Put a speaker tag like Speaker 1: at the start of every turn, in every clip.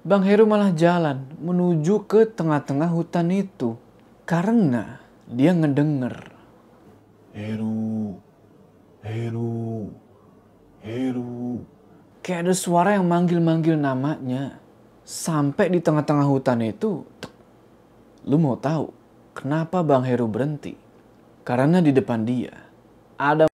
Speaker 1: Bang Heru malah jalan menuju ke tengah-tengah hutan itu. Karena dia ngedenger. Heru, Heru, Heru. Kayak ada suara yang manggil-manggil namanya. Sampai di tengah-tengah hutan itu, lu mau tahu kenapa Bang Heru berhenti? Karena di depan dia ada...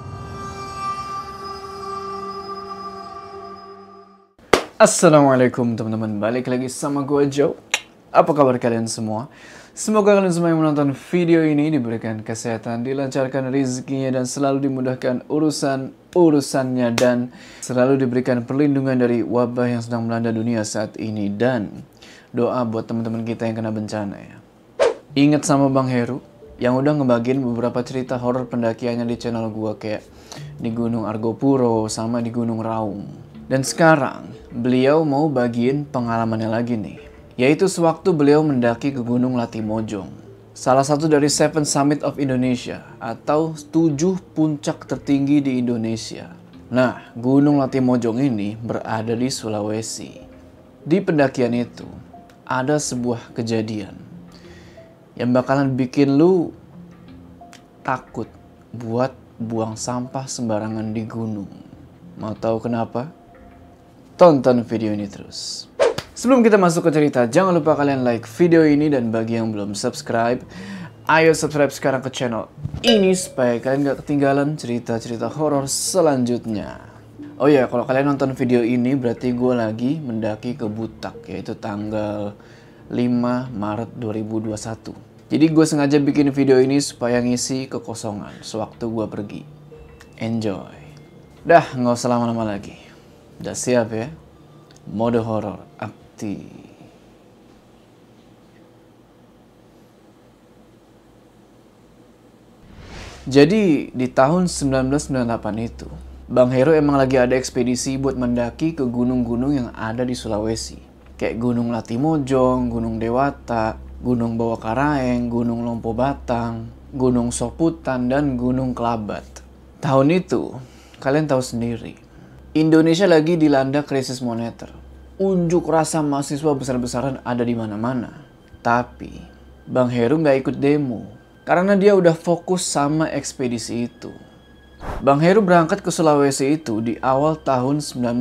Speaker 1: Assalamualaikum teman-teman, balik lagi sama gue Joe. Apa kabar kalian semua? Semoga kalian semua yang menonton video ini diberikan kesehatan, dilancarkan rezekinya, dan selalu dimudahkan urusannya, dan selalu diberikan perlindungan dari wabah yang sedang melanda dunia saat ini. Dan doa buat teman-teman kita yang kena bencana ya. Ingat sama Bang Heru yang udah ngebagiin beberapa cerita horor pendakiannya di channel gue, kayak di Gunung Argopuro sama di Gunung Raung. Dan sekarang beliau mau bagiin pengalamannya lagi nih, yaitu sewaktu beliau mendaki ke Gunung Latimojong, salah satu dari 7 Summit of Indonesia atau 7 puncak tertinggi di Indonesia. Nah, Gunung Latimojong ini berada di Sulawesi. Di pendakian itu ada sebuah kejadian yang bakalan bikin lu takut buat buang sampah sembarangan di gunung. Mau tahu kenapa? Tonton video ini terus. Sebelum kita masuk ke cerita, jangan lupa kalian like video ini, dan bagi yang belum subscribe, ayo subscribe sekarang ke channel ini supaya kalian gak ketinggalan cerita-cerita horor selanjutnya. Oh ya, kalau kalian nonton video ini berarti gue lagi mendaki ke Butak, yaitu tanggal 5 Maret 2021. Jadi gue sengaja bikin video ini supaya ngisi kekosongan sewaktu gue pergi. Enjoy. Dah, nggak usah lama-lama lagi. Udah siap ya? Mode horor aktif. Jadi di tahun 1998 itu, Bang Heru emang lagi ada ekspedisi buat mendaki ke gunung-gunung yang ada di Sulawesi. Kayak Gunung Latimojong, Gunung Dewata, Gunung Bawakaraeng, Gunung Lompo Batang, Gunung Soputan, dan Gunung Kelabat. Tahun itu, kalian tahu sendiri, Indonesia lagi dilanda krisis moneter. Unjuk rasa mahasiswa besar-besaran ada di mana-mana. Tapi, Bang Heru nggak ikut demo karena dia udah fokus sama ekspedisi itu. Bang Heru berangkat ke Sulawesi itu di awal tahun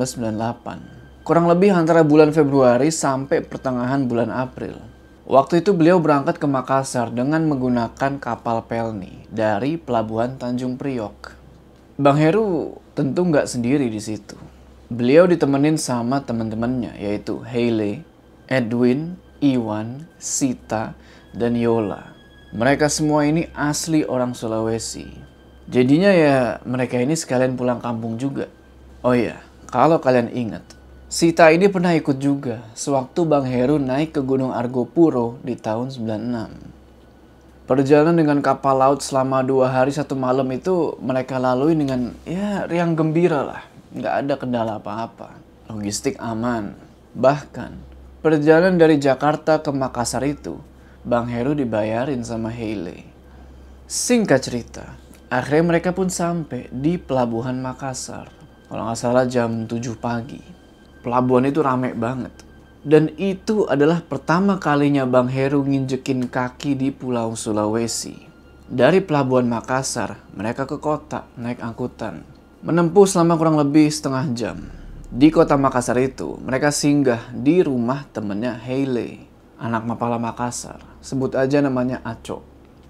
Speaker 1: 1998. Kurang lebih antara bulan Februari sampai pertengahan bulan April. Waktu itu beliau berangkat ke Makassar dengan menggunakan kapal Pelni dari Pelabuhan Tanjung Priok. Bang Heru tentu nggak sendiri di situ. Beliau ditemenin sama teman-temannya, yaitu Hayley, Edwin, Iwan, Sita, dan Yola. Mereka semua ini asli orang Sulawesi. Jadinya ya mereka ini sekalian pulang kampung juga. Oh iya, kalau kalian ingat, Sita ini pernah ikut juga sewaktu Bang Heru naik ke Gunung Argopuro di tahun 96. Perjalanan dengan kapal laut selama 2 hari 1 malam itu mereka lalui dengan ya riang gembira lah. Nggak ada kendala apa-apa. Logistik aman. Bahkan perjalanan dari Jakarta ke Makassar itu Bang Heru dibayarin sama Hayley. Singkat cerita, akhirnya mereka pun sampai di Pelabuhan Makassar. Kalau nggak salah jam 7 pagi. Pelabuhan itu rame banget. Dan itu adalah pertama kalinya Bang Heru nginjekin kaki di Pulau Sulawesi. Dari Pelabuhan Makassar, mereka ke kota naik angkutan. Menempuh selama kurang lebih setengah jam. Di kota Makassar itu, mereka singgah di rumah temennya Hayley, anak Mapala Makassar. Sebut aja namanya Aco.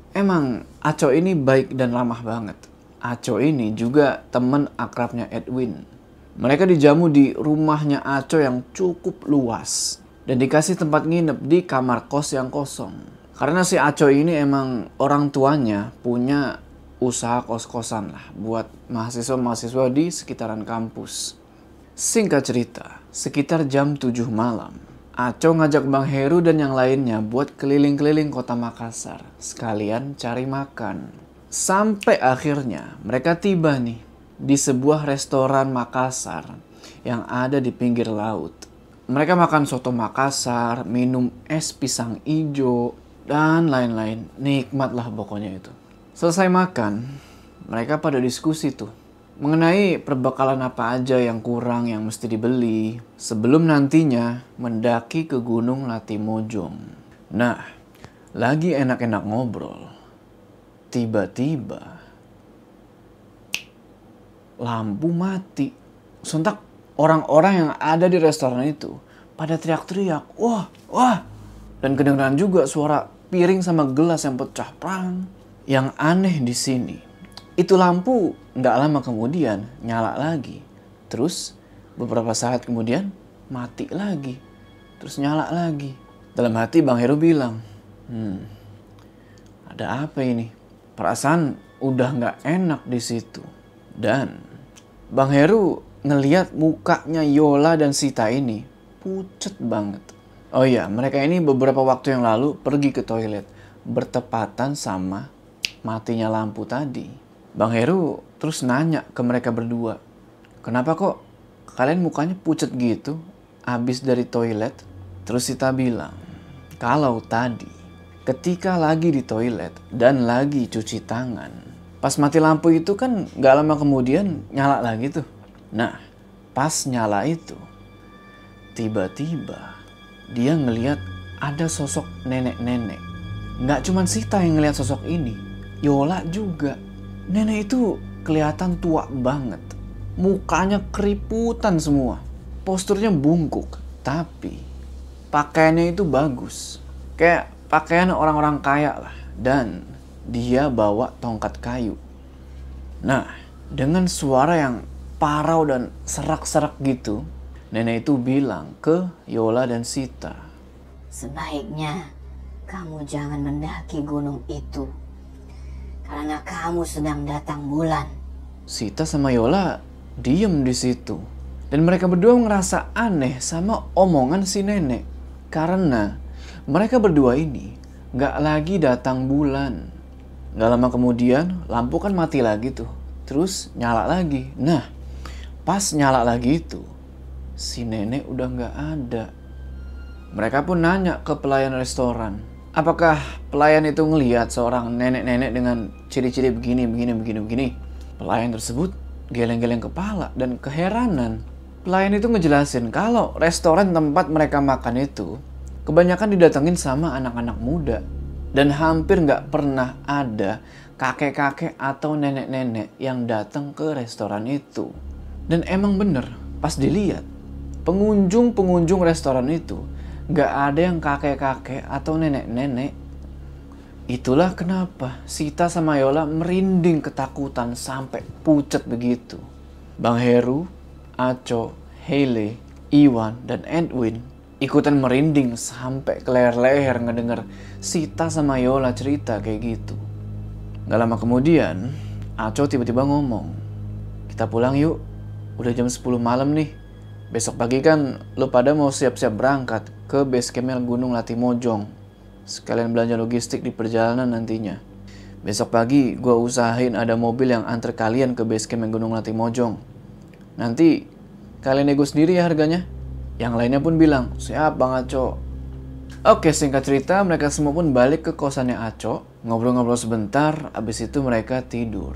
Speaker 1: Emang Aco ini baik dan ramah banget. Aco ini juga temen akrabnya Edwin. Mereka dijamu di rumahnya Aco yang cukup luas dan dikasih tempat nginep di kamar kos yang kosong. Karena si Aco ini emang orang tuanya punya usaha kos-kosan lah buat mahasiswa-mahasiswa di sekitaran kampus. Singkat cerita, sekitar jam 7 malam, Aco ngajak Bang Heru dan yang lainnya buat keliling-keliling kota Makassar, sekalian cari makan. Sampai akhirnya mereka tiba nih di sebuah restoran Makassar yang ada di pinggir laut. Mereka makan soto Makassar, minum es pisang ijo, dan lain-lain. Nikmat lah pokoknya itu. Selesai makan, mereka pada diskusi tuh. mengenai perbekalan apa aja yang kurang yang mesti dibeli sebelum nantinya mendaki ke Gunung Latimojong. Nah, lagi enak-enak ngobrol, tiba-tiba lampu mati. Sontak orang-orang yang ada di restoran itu pada teriak-teriak, wah, wah. Dan kedengaran juga suara piring sama gelas yang pecah, prang. Yang aneh di sini, itu lampu nggak lama kemudian nyala lagi. Terus beberapa saat kemudian mati lagi. Terus nyala lagi. Dalam hati Bang Heru bilang, ada apa ini? Perasaan udah nggak enak di situ. Dan Bang Heru ngeliat mukanya Yola dan Sita ini pucet banget. Oh iya, mereka ini beberapa waktu yang lalu pergi ke toilet bertepatan sama matinya lampu tadi. Bang Heru terus nanya ke mereka berdua, kenapa kok kalian mukanya pucet gitu abis dari toilet? Terus Sita bilang, kalau tadi ketika lagi di toilet dan lagi cuci tangan, pas mati lampu itu kan gak lama kemudian nyala lagi tuh. Nah, pas nyala itu, tiba-tiba dia ngeliat ada sosok nenek-nenek. Gak cuman Sita yang ngeliat sosok ini, Yola juga. Nenek itu kelihatan tua banget. Mukanya keriputan semua. Posturnya bungkuk. Tapi pakaiannya itu bagus. Kayak pakaian orang-orang kaya lah. Dan dia bawa tongkat kayu. Nah, dengan suara yang parau dan serak-serak gitu, nenek itu bilang ke Yola dan Sita,
Speaker 2: sebaiknya kamu jangan mendaki gunung itu. Karena kamu sedang datang bulan.
Speaker 1: Sita sama Yola diem di situ. Dan mereka berdua ngerasa aneh sama omongan si nenek. Karena mereka berdua ini gak lagi datang bulan. Gak lama kemudian lampu kan mati lagi tuh. Terus nyala lagi. Nah, pas nyala lagi itu, si nenek udah gak ada. Mereka pun nanya ke pelayan restoran, apakah pelayan itu ngelihat seorang nenek-nenek dengan ciri-ciri begini. Pelayan tersebut geleng-geleng kepala dan keheranan. Pelayan itu ngejelasin kalau restoran tempat mereka makan itu kebanyakan didatengin sama anak-anak muda. Dan hampir nggak pernah ada kakek-kakek atau nenek-nenek yang datang ke restoran itu. Dan emang bener, pas dilihat, pengunjung restoran itu gak ada yang kakek-kakek atau nenek-nenek. Itulah kenapa Sita sama Yola merinding ketakutan sampai pucet begitu. Bang Heru, Aco, Hailey, Iwan, dan Edwin ikutan merinding sampai ke leher-leher ngedenger Sita sama Yola cerita kayak gitu. Gak lama kemudian, Aco tiba-tiba ngomong, kita pulang yuk, udah jam 10 malam nih. Besok pagi kan lo pada mau siap-siap berangkat ke base camp Gunung Latimojong. Sekalian belanja logistik di perjalanan nantinya. Besok pagi gue usahain ada mobil yang antar kalian ke base camp Gunung Latimojong. Nanti kalian nego sendiri ya harganya. Yang lainnya pun bilang, siap Bang Aco. Oke, singkat cerita mereka semua pun balik ke kosannya Aco. Ngobrol-ngobrol sebentar, abis itu mereka tidur.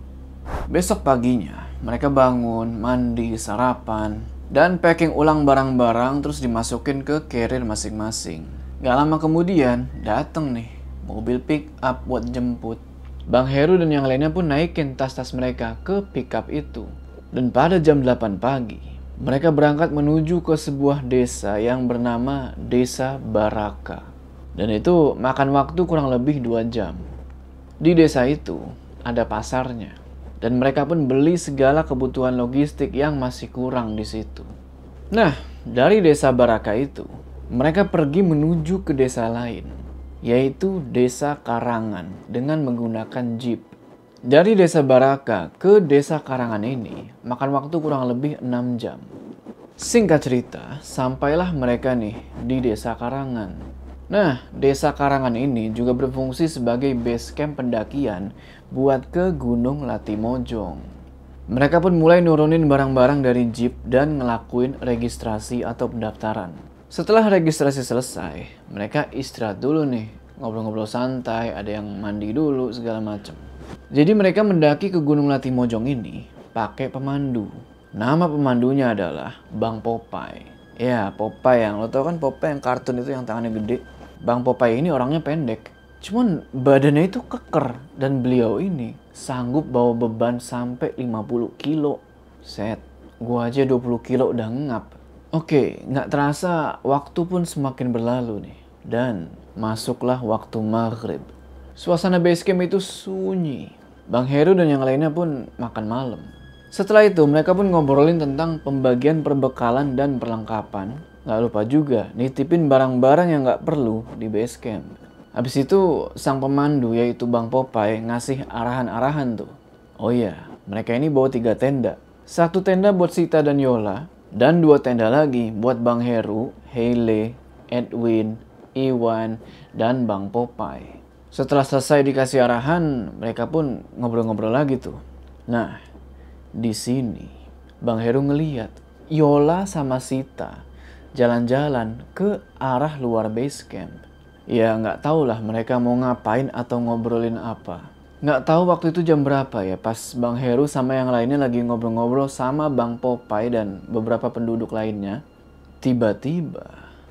Speaker 1: Besok paginya mereka bangun, mandi, sarapan, dan packing ulang barang-barang terus dimasukin ke carrier masing-masing. Gak lama kemudian dateng nih mobil pick up buat jemput. Bang Heru dan yang lainnya pun naikin tas-tas mereka ke pick up itu. Dan pada jam 8 pagi mereka berangkat menuju ke sebuah desa yang bernama Desa Baraka. Dan itu makan waktu kurang lebih 2 jam. Di desa itu ada pasarnya. Dan mereka pun beli segala kebutuhan logistik yang masih kurang di situ. Nah, dari desa Baraka itu, mereka pergi menuju ke desa lain, yaitu desa Karangan dengan menggunakan jeep. Dari desa Baraka ke desa Karangan ini, makan waktu kurang lebih 6 jam. Singkat cerita, sampailah mereka nih di desa Karangan. Nah, desa Karangan ini juga berfungsi sebagai base camp pendakian buat ke Gunung Latimojong. Mereka pun mulai nurunin barang-barang dari jeep dan ngelakuin registrasi atau pendaftaran. Setelah registrasi selesai, mereka istirahat dulu nih, ngobrol-ngobrol santai, ada yang mandi dulu segala macam. Jadi mereka mendaki ke Gunung Latimojong ini pakai pemandu. Nama pemandunya adalah Bang Popeye. Ya, Popeye yang lo tau kan, Popeye yang kartun itu yang tangannya gede. Bang Popeye ini orangnya pendek. Cuman badannya itu keker dan beliau ini sanggup bawa beban sampai 50 kilo. Set, gua aja 20 kilo udah ngap. Oke, nggak terasa waktu pun semakin berlalu nih. Dan masuklah waktu maghrib. Suasana base camp itu sunyi. Bang Heru dan yang lainnya pun makan malam. Setelah itu mereka pun ngobrolin tentang pembagian perbekalan dan perlengkapan. Nggak lupa juga nitipin barang-barang yang nggak perlu di base camp. Habis itu sang pemandu yaitu Bang Popeye ngasih arahan-arahan tuh. Oh iya, mereka ini bawa 3 tenda. 1 tenda buat Sita dan Yola. Dan 2 tenda lagi buat Bang Heru, Hailey, Edwin, Iwan, dan Bang Popeye. Setelah selesai dikasih arahan, mereka pun ngobrol-ngobrol lagi tuh. Nah, di sini Bang Heru ngeliat Yola sama Sita jalan-jalan ke arah luar base camp. Ya nggak tahu lah mereka mau ngapain atau ngobrolin apa. Nggak tahu waktu itu jam berapa ya, pas Bang Heru sama yang lainnya lagi ngobrol-ngobrol sama Bang Popeye dan beberapa penduduk lainnya. Tiba-tiba,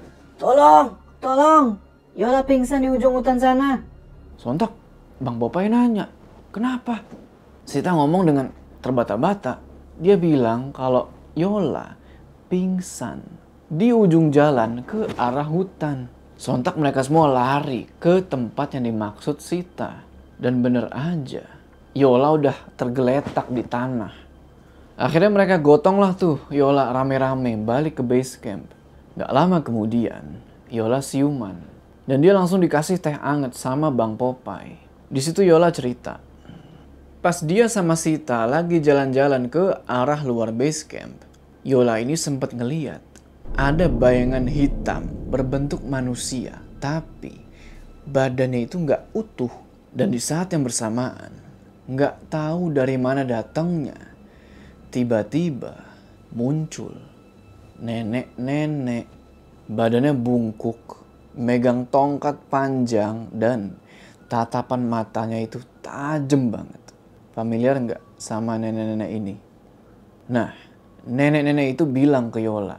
Speaker 2: Tolong, Yola pingsan di ujung hutan sana.
Speaker 1: sontak Bang Popeye nanya, kenapa? Sita ngomong dengan terbata-bata. Dia bilang kalau Yola pingsan di ujung jalan ke arah hutan. Sontak mereka semua lari ke tempat yang dimaksud Sita. Dan bener aja, Yola udah tergeletak di tanah. Akhirnya mereka gotong lah tuh Yola rame-rame balik ke base camp. Gak lama kemudian, Yola siuman. Dan dia langsung dikasih teh anget sama Bang Popeye. Di situ Yola cerita. Pas dia sama Sita lagi jalan-jalan ke arah luar base camp, Yola ini sempat ngeliat ada bayangan hitam berbentuk manusia, tapi badannya itu nggak utuh. Dan di saat yang bersamaan, nggak tahu dari mana datangnya, tiba-tiba muncul nenek-nenek, badannya bungkuk, megang tongkat panjang dan tatapan matanya itu tajam banget. Familiar nggak sama nenek-nenek ini? Nah, nenek-nenek itu bilang ke Yola,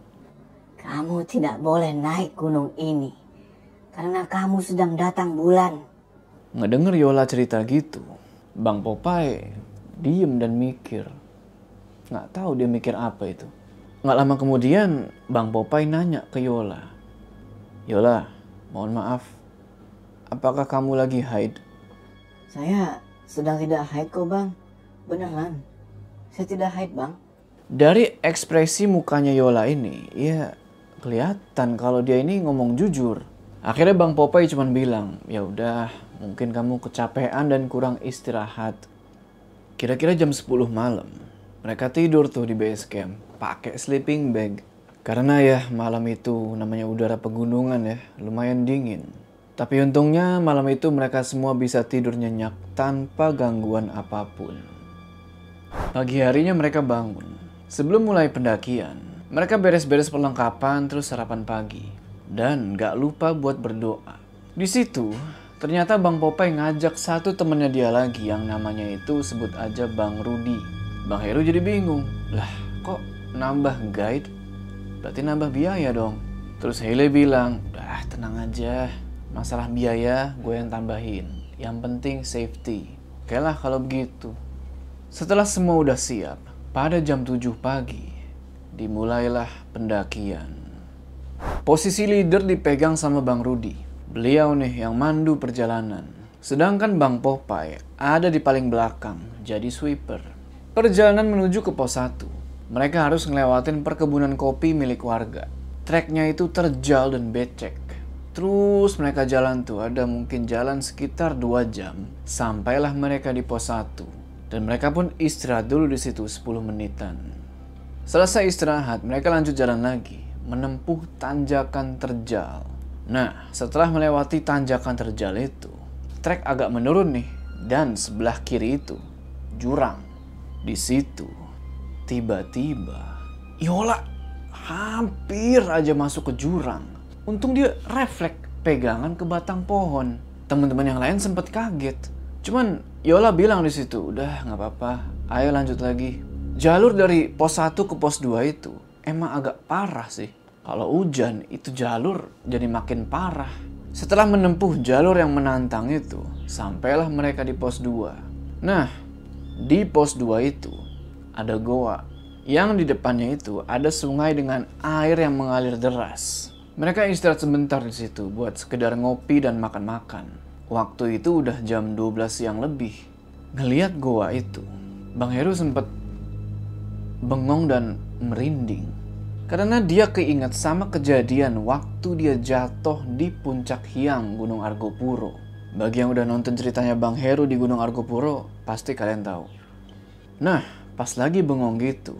Speaker 2: Kamu tidak boleh naik gunung ini karena kamu sedang datang bulan.
Speaker 1: Ngedenger Yola cerita gitu, Bang Popeye diem dan mikir. Nggak tahu dia mikir apa itu. Nggak lama kemudian Bang Popeye nanya ke Yola, Yola, mohon maaf, apakah kamu lagi haid?
Speaker 2: Saya sedang tidak haid kok bang. Beneran, saya tidak haid bang.
Speaker 1: Dari ekspresi mukanya Yola ini, ya kelihatan kalau dia ini ngomong jujur. Akhirnya Bang Popeye cuma bilang, ya udah, mungkin kamu kecapean dan kurang istirahat. Kira-kira jam 10 malam, mereka tidur tuh di base camp, pakai sleeping bag. Karena ya malam itu namanya udara pegunungan ya, lumayan dingin. Tapi untungnya malam itu mereka semua bisa tidur nyenyak tanpa gangguan apapun. Pagi harinya mereka bangun. Sebelum mulai pendakian, mereka beres-beres perlengkapan terus sarapan pagi. Dan gak lupa buat berdoa. Di situ, ternyata Bang Popeye ngajak satu temennya dia lagi yang namanya itu sebut aja Bang Rudi. Bang Heru jadi bingung. Lah, kok nambah guide? Berarti nambah biaya dong. Terus Hailey bilang, udah tenang aja. Masalah biaya gue yang tambahin. Yang penting safety. Oke lah kalau begitu. Setelah semua udah siap, pada jam 7 pagi, dimulailah pendakian. Posisi leader dipegang sama Bang Rudi. Beliau nih yang mandu perjalanan. Sedangkan Bang Popeye ada di paling belakang, jadi sweeper. Perjalanan menuju ke pos 1. Mereka harus ngelewatin perkebunan kopi milik warga. Treknya itu terjal dan becek. Terus mereka jalan tuh, ada mungkin jalan sekitar 2 jam. Sampailah mereka di pos 1. Dan mereka pun istirahat dulu di situ 10 menitan. Selesai istirahat, mereka lanjut jalan lagi. Menempuh tanjakan terjal. Nah, setelah melewati tanjakan terjal itu, trek agak menurun nih, dan sebelah kiri itu jurang. Di situ, tiba-tiba Yola hampir aja masuk ke jurang. Untung dia refleks pegangan ke batang pohon. Teman-teman yang lain sempat kaget. Cuman Yola bilang di situ, udah nggak apa-apa, Ayo lanjut lagi. Jalur dari pos 1 ke pos 2 itu emang agak parah sih. Kalau hujan itu jalur jadi makin parah. Setelah menempuh jalur yang menantang itu, sampailah mereka di pos 2. Nah, di pos 2 itu ada goa. Yang di depannya itu ada sungai dengan air yang mengalir deras. Mereka istirahat sebentar di situ buat sekedar ngopi dan makan-makan. Waktu itu udah jam 12 siang lebih. Ngeliat goa itu, Bang Heru sempat bengong dan merinding. Karena dia keinget sama kejadian waktu dia jatuh di puncak Hyang Gunung Argopuro. Bagi yang udah nonton ceritanya Bang Heru di Gunung Argopuro, pasti kalian tahu. Nah, pas lagi bengong gitu,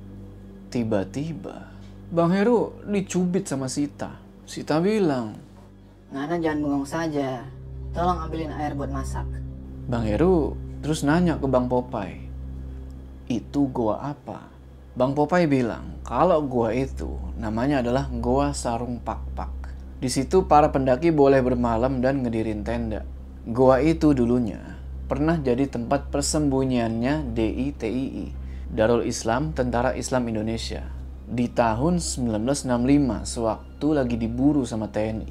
Speaker 1: tiba-tiba Bang Heru dicubit sama Sita. Sita bilang,
Speaker 2: Ngana jangan bengong saja. Tolong ambilin air buat masak.
Speaker 1: Bang Heru terus nanya ke Bang Popeye, itu goa apa? Bang Popeye bilang kalau goa itu namanya adalah Goa Sarung Pakpak. Di situ para pendaki boleh bermalam dan ngedirin tenda. Goa itu dulunya pernah jadi tempat persembunyiannya DITII, Darul Islam Tentara Islam Indonesia, di tahun 1965 sewaktu lagi diburu sama TNI.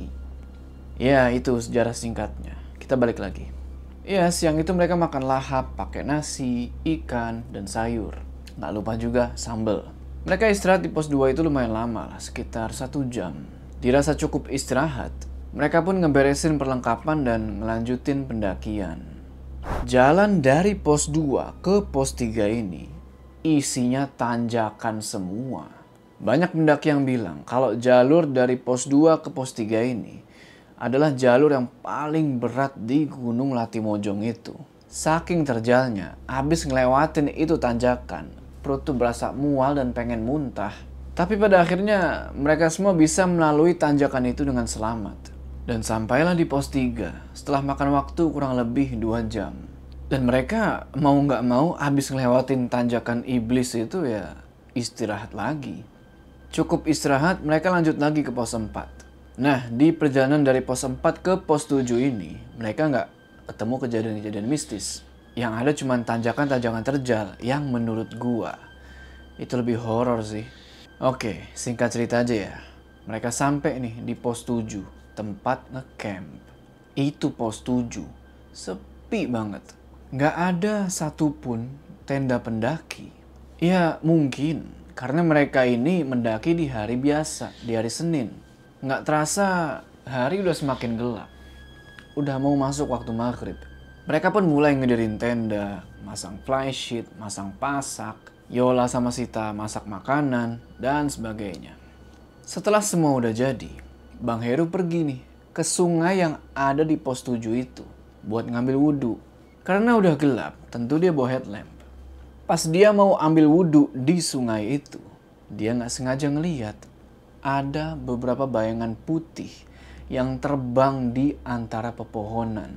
Speaker 1: Ya, itu sejarah singkatnya. Kita balik lagi. Ya, siang itu mereka makan lahap pakai nasi, ikan, dan sayur. Nggak lupa juga sambal. Mereka istirahat di pos 2 itu lumayan lama lah, sekitar 1 jam. Dirasa cukup istirahat, mereka pun ngeberesin perlengkapan dan ngelanjutin pendakian. Jalan dari pos 2 ke pos 3 ini isinya tanjakan semua. Banyak pendaki yang bilang kalau jalur dari pos 2 ke pos 3 ini adalah jalur yang paling berat di Gunung Latimojong itu. Saking terjalnya, abis ngelewatin itu tanjakan, perut tuh berasa mual dan pengen muntah. Tapi pada akhirnya mereka semua bisa melalui tanjakan itu dengan selamat. Dan sampailah di pos 3 setelah makan waktu kurang lebih 2 jam. Dan mereka mau nggak mau abis ngelewatin tanjakan iblis itu ya istirahat lagi. Cukup istirahat, mereka lanjut lagi ke pos 4. Nah, di perjalanan dari pos 4 ke pos 7 ini, mereka nggak ketemu kejadian-kejadian mistis. Yang ada cuma tanjakan-tanjakan terjal yang menurut gua itu lebih horor sih. Oke, singkat cerita aja ya. Mereka sampai nih di pos 7, tempat ngecamp. Itu pos 7, sepi banget. Nggak ada satupun tenda pendaki. Ya mungkin karena mereka ini mendaki di hari biasa, di hari Senin. Nggak terasa hari udah semakin gelap. Udah mau masuk waktu maghrib. Mereka pun mulai ngedirin tenda, masang flysheet, masang pasak, Yola sama Sita masak makanan, dan sebagainya. Setelah semua udah jadi, Bang Heru pergi nih ke sungai yang ada di pos 7 itu buat ngambil wudhu. Karena udah gelap, tentu dia bawa headlamp. Pas dia mau ambil wudhu di sungai itu, dia nggak sengaja ngeliat ada beberapa bayangan putih yang terbang di antara pepohonan.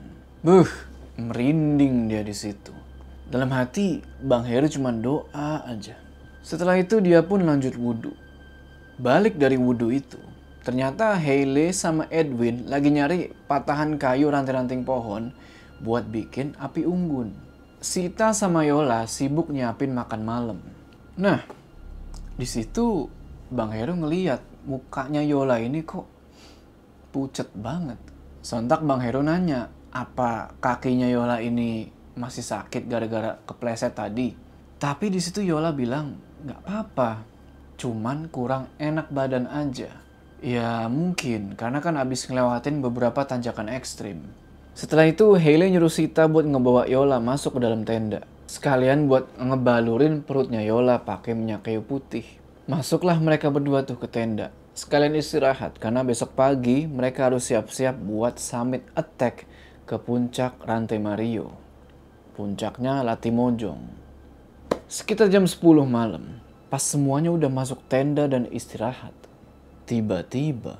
Speaker 1: Merinding dia di situ. Dalam hati, Bang Heru cuma doa aja. Setelah itu dia pun lanjut wudhu. Balik dari wudhu itu, ternyata Hailey sama Edwin lagi nyari patahan kayu ranting-ranting pohon buat bikin api unggun. Sita sama Yola sibuk nyiapin makan malam. Nah, di situ Bang Heru ngeliat mukanya Yola ini kok pucet banget. Sontak Bang Heru nanya, apa kakinya Yola ini masih sakit gara-gara kepleset tadi? Tapi di situ Yola bilang, nggak apa-apa, cuman kurang enak badan aja. Ya mungkin, karena kan abis ngelewatin beberapa tanjakan ekstrim. Setelah itu Hailey nyuruh Sita buat ngebawa Yola masuk ke dalam tenda. Sekalian buat ngebalurin perutnya Yola pakai minyak kayu putih. Masuklah mereka berdua tuh ke tenda. Sekalian istirahat karena besok pagi mereka harus siap-siap buat summit attack ke puncak Rantai Mario. Puncaknya Latimojong. Sekitar jam 10 malam, pas semuanya udah masuk tenda dan istirahat, tiba-tiba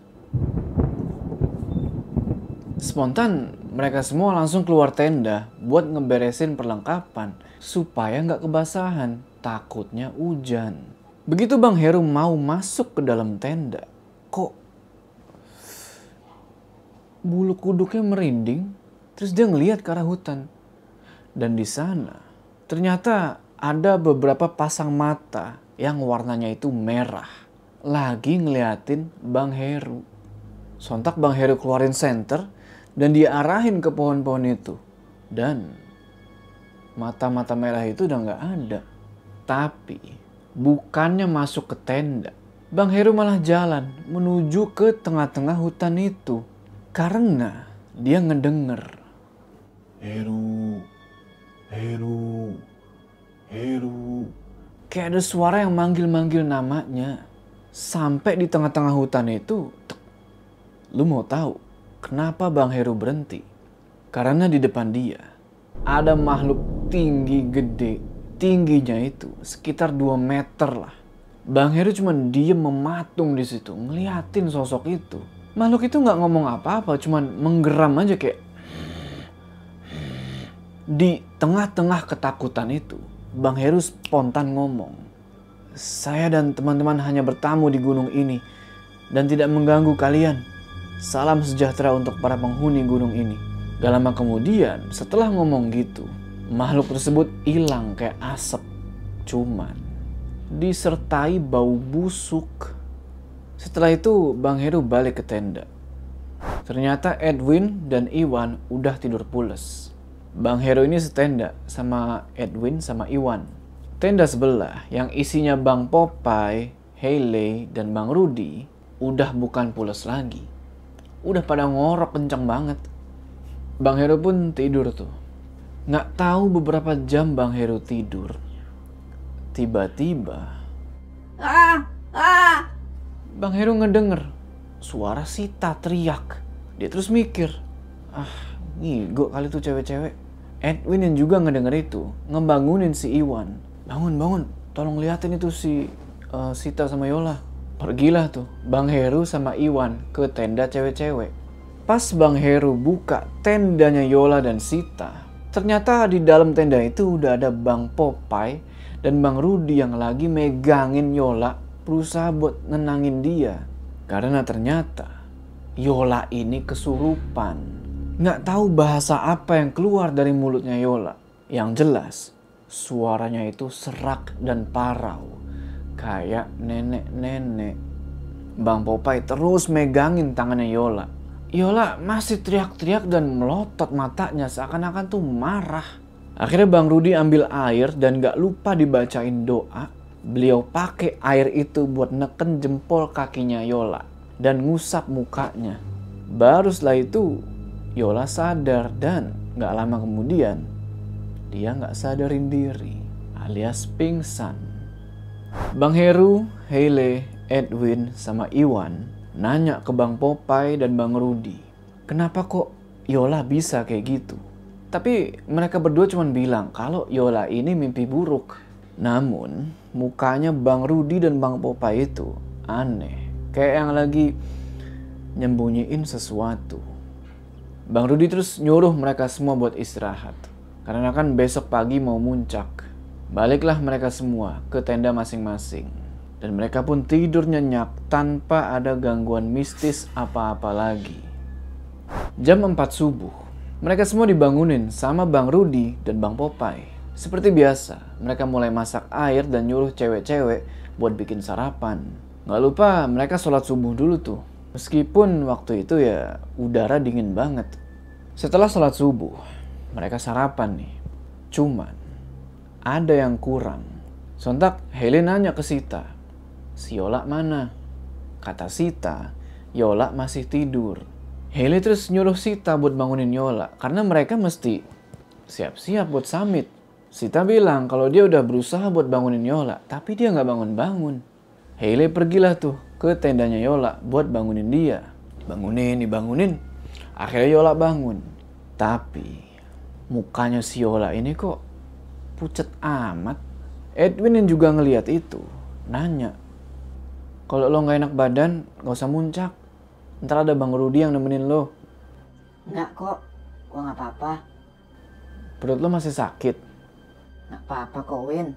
Speaker 1: spontan mereka semua langsung keluar tenda buat ngeberesin perlengkapan supaya nggak kebasahan, takutnya hujan. Begitu Bang Heru mau masuk ke dalam tenda, kok bulu kuduknya merinding, terus dia ngelihat ke arah hutan. Dan di sana Ternyata ada beberapa pasang mata yang warnanya itu merah. Lagi ngeliatin Bang Heru. Sontak Bang Heru keluarin senter dan dia arahin ke pohon-pohon itu. Dan mata-mata merah itu udah nggak ada. Tapi bukannya masuk ke tenda, Bang Heru malah jalan menuju ke tengah-tengah hutan itu. Karena dia ngedenger. Heru, Heru, Heru. Kayak ada suara yang manggil-manggil namanya. Sampai di tengah-tengah hutan itu, lu mau tahu kenapa Bang Heru berhenti? Karena di depan dia ada makhluk tinggi gede. Tingginya itu sekitar 2 meter lah. Bang Heru cuma diem mematung di situ, ngeliatin sosok itu. Makhluk itu nggak ngomong apa-apa, cuma menggeram aja kayak. Di tengah-tengah ketakutan itu, Bang Heru spontan ngomong, "Saya dan teman-teman hanya bertamu di gunung ini dan tidak mengganggu kalian. Salam sejahtera untuk para penghuni gunung ini." Gak lama kemudian, setelah ngomong gitu, makhluk tersebut hilang kayak asap. Cuman disertai bau busuk. Setelah itu Bang Heru balik ke tenda. Ternyata Edwin dan Iwan udah tidur pules. Bang Heru ini setenda sama Edwin sama Iwan. Tenda sebelah yang isinya Bang Popeye, Hayley, dan Bang Rudy udah bukan pules lagi. Udah pada ngorok kenceng banget. Bang Heru pun tidur tuh. Nggak tahu beberapa jam Bang Heru tidur. Tiba-tiba Bang Heru ngedenger suara Sita teriak. Dia terus mikir, ngigo kali tuh cewek-cewek. Edwin yang juga ngedenger itu ngebangunin si Iwan. Bangun, tolong liatin itu si Sita sama Yola. Pergilah tuh Bang Heru sama Iwan ke tenda cewek-cewek. Pas Bang Heru buka tendanya Yola dan Sita, ternyata di dalam tenda itu udah ada Bang Popeye dan Bang Rudy yang lagi megangin Yola, berusaha buat nenangin dia. Karena ternyata Yola ini kesurupan. Nggak tahu bahasa apa yang keluar dari mulutnya Yola. Yang jelas, suaranya itu serak dan parau. Kayak nenek-nenek. Bang Popeye terus megangin tangannya Yola. Yola masih teriak-teriak dan melotot matanya seakan-akan tuh marah. Akhirnya Bang Rudy ambil air dan gak lupa dibacain doa. Beliau pakai air itu buat neken jempol kakinya Yola dan ngusap mukanya. Baru setelah itu Yola sadar dan gak lama kemudian dia gak sadarin diri alias pingsan. Bang Heru, Hayley, Edwin, sama Iwan nanya ke Bang Popeye dan Bang Rudy, kenapa kok Yola bisa kayak gitu? Tapi mereka berdua cuma bilang kalau Yola ini mimpi buruk. Namun mukanya Bang Rudy dan Bang Popeye itu aneh, kayak yang lagi nyembunyiin sesuatu. Bang Rudy terus nyuruh mereka semua buat istirahat, karena kan besok pagi mau muncak. Baliklah mereka semua ke tenda masing-masing. Dan mereka pun tidur nyenyak tanpa ada gangguan mistis apa-apa lagi. Jam 4 subuh, mereka semua dibangunin sama Bang Rudy dan Bang Popeye. Seperti biasa, mereka mulai masak air dan nyuruh cewek-cewek buat bikin sarapan. Gak lupa mereka sholat subuh dulu tuh. Meskipun waktu itu ya udara dingin banget. Setelah sholat subuh, mereka sarapan nih. Cuman ada yang kurang. Sontak Hayley nanya ke Sita, "Si Yola mana?" Kata Sita, Yola masih tidur. Hayley terus nyuruh Sita buat bangunin Yola karena mereka mesti siap-siap buat summit. Sita bilang kalau dia udah berusaha buat bangunin Yola, tapi dia nggak bangun-bangun. Hayley pergilah tuh ke tendanya Yola buat bangunin dia. Dibangunin. Akhirnya Yola bangun. Tapi mukanya si Yola ini kok pucet amat. Edwin yang juga ngeliat itu nanya, "Kalau lo gak enak badan, gak usah muncak. Ntar ada Bang Rudy yang nemenin lo."
Speaker 2: Enggak kok, gua gak apa-apa.
Speaker 1: "Perut lo masih sakit?"
Speaker 2: Gak apa-apa kok, Win.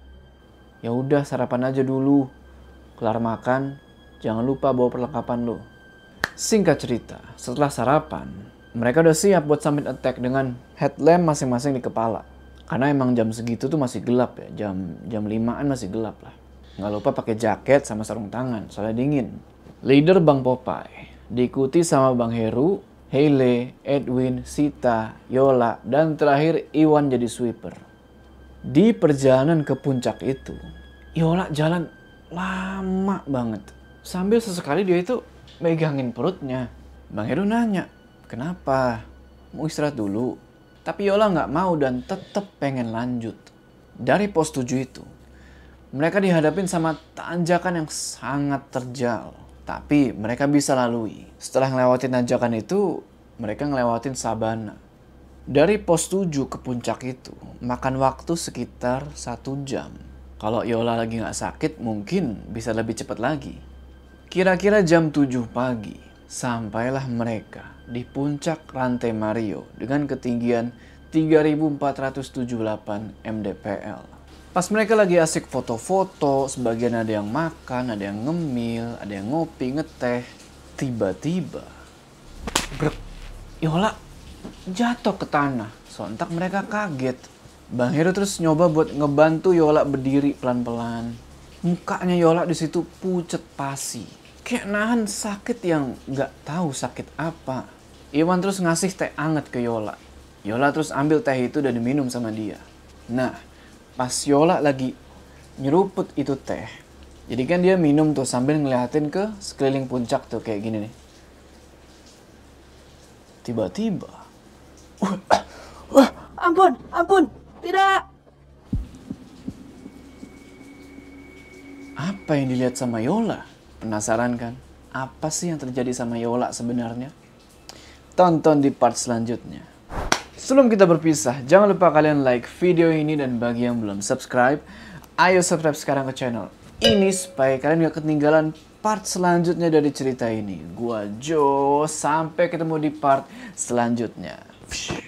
Speaker 1: "Ya udah sarapan aja dulu. Kelar makan, jangan lupa bawa perlengkapan lo." Singkat cerita, setelah sarapan, mereka udah siap buat summit attack dengan headlamp masing-masing di kepala. Karena emang jam segitu tuh masih gelap ya, jam 5-an masih gelap lah. Nggak lupa pakai jaket sama sarung tangan, soalnya dingin. Leader Bang Popeye diikuti sama Bang Heru, Haile, Edwin, Sita, Yola, dan terakhir Iwan jadi sweeper. Di perjalanan ke puncak itu, Yola jalan lama banget. Sambil sesekali dia itu megangin perutnya. Bang Heru nanya, kenapa? Mau istirahat dulu? Tapi Yola nggak mau dan tetap pengen lanjut. Dari pos 7 itu, mereka dihadapin sama tanjakan yang sangat terjal. Tapi mereka bisa lalui. Setelah ngelewatin tanjakan itu, mereka ngelewatin sabana. Dari pos 7 ke puncak itu, makan waktu sekitar 1 jam. Kalau Yola lagi nggak sakit, mungkin bisa lebih cepat lagi. Kira-kira jam 7 pagi, sampailah mereka di puncak rantai Mario dengan ketinggian 3478 mdpl. Pas mereka lagi asik foto-foto, sebagian ada yang makan, ada yang ngemil, ada yang ngopi, ngeteh. Tiba-tiba, brek, Yola jatuh ke tanah. Sontak mereka kaget. Bang Heru terus nyoba buat ngebantu Yola berdiri pelan-pelan. Mukanya Yola di situ pucet pasi. Kayak nahan sakit yang nggak tahu sakit apa. Iwan terus ngasih teh anget ke Yola. Yola terus ambil teh itu dan diminum sama dia. Nah, pas Yola lagi nyeruput itu teh. Jadi kan dia minum tuh sambil ngeliatin ke sekeliling puncak tuh kayak gini nih. Tiba-tiba.
Speaker 2: Ampun, tidak.
Speaker 1: Apa yang dilihat sama Yola? Penasaran kan? Apa sih yang terjadi sama Yola sebenarnya? Tonton di part selanjutnya. Sebelum kita berpisah, jangan lupa kalian like video ini dan bagi yang belum subscribe, ayo subscribe sekarang ke channel ini supaya kalian gak ketinggalan part selanjutnya dari cerita ini. Gua Jo, sampai ketemu di part selanjutnya.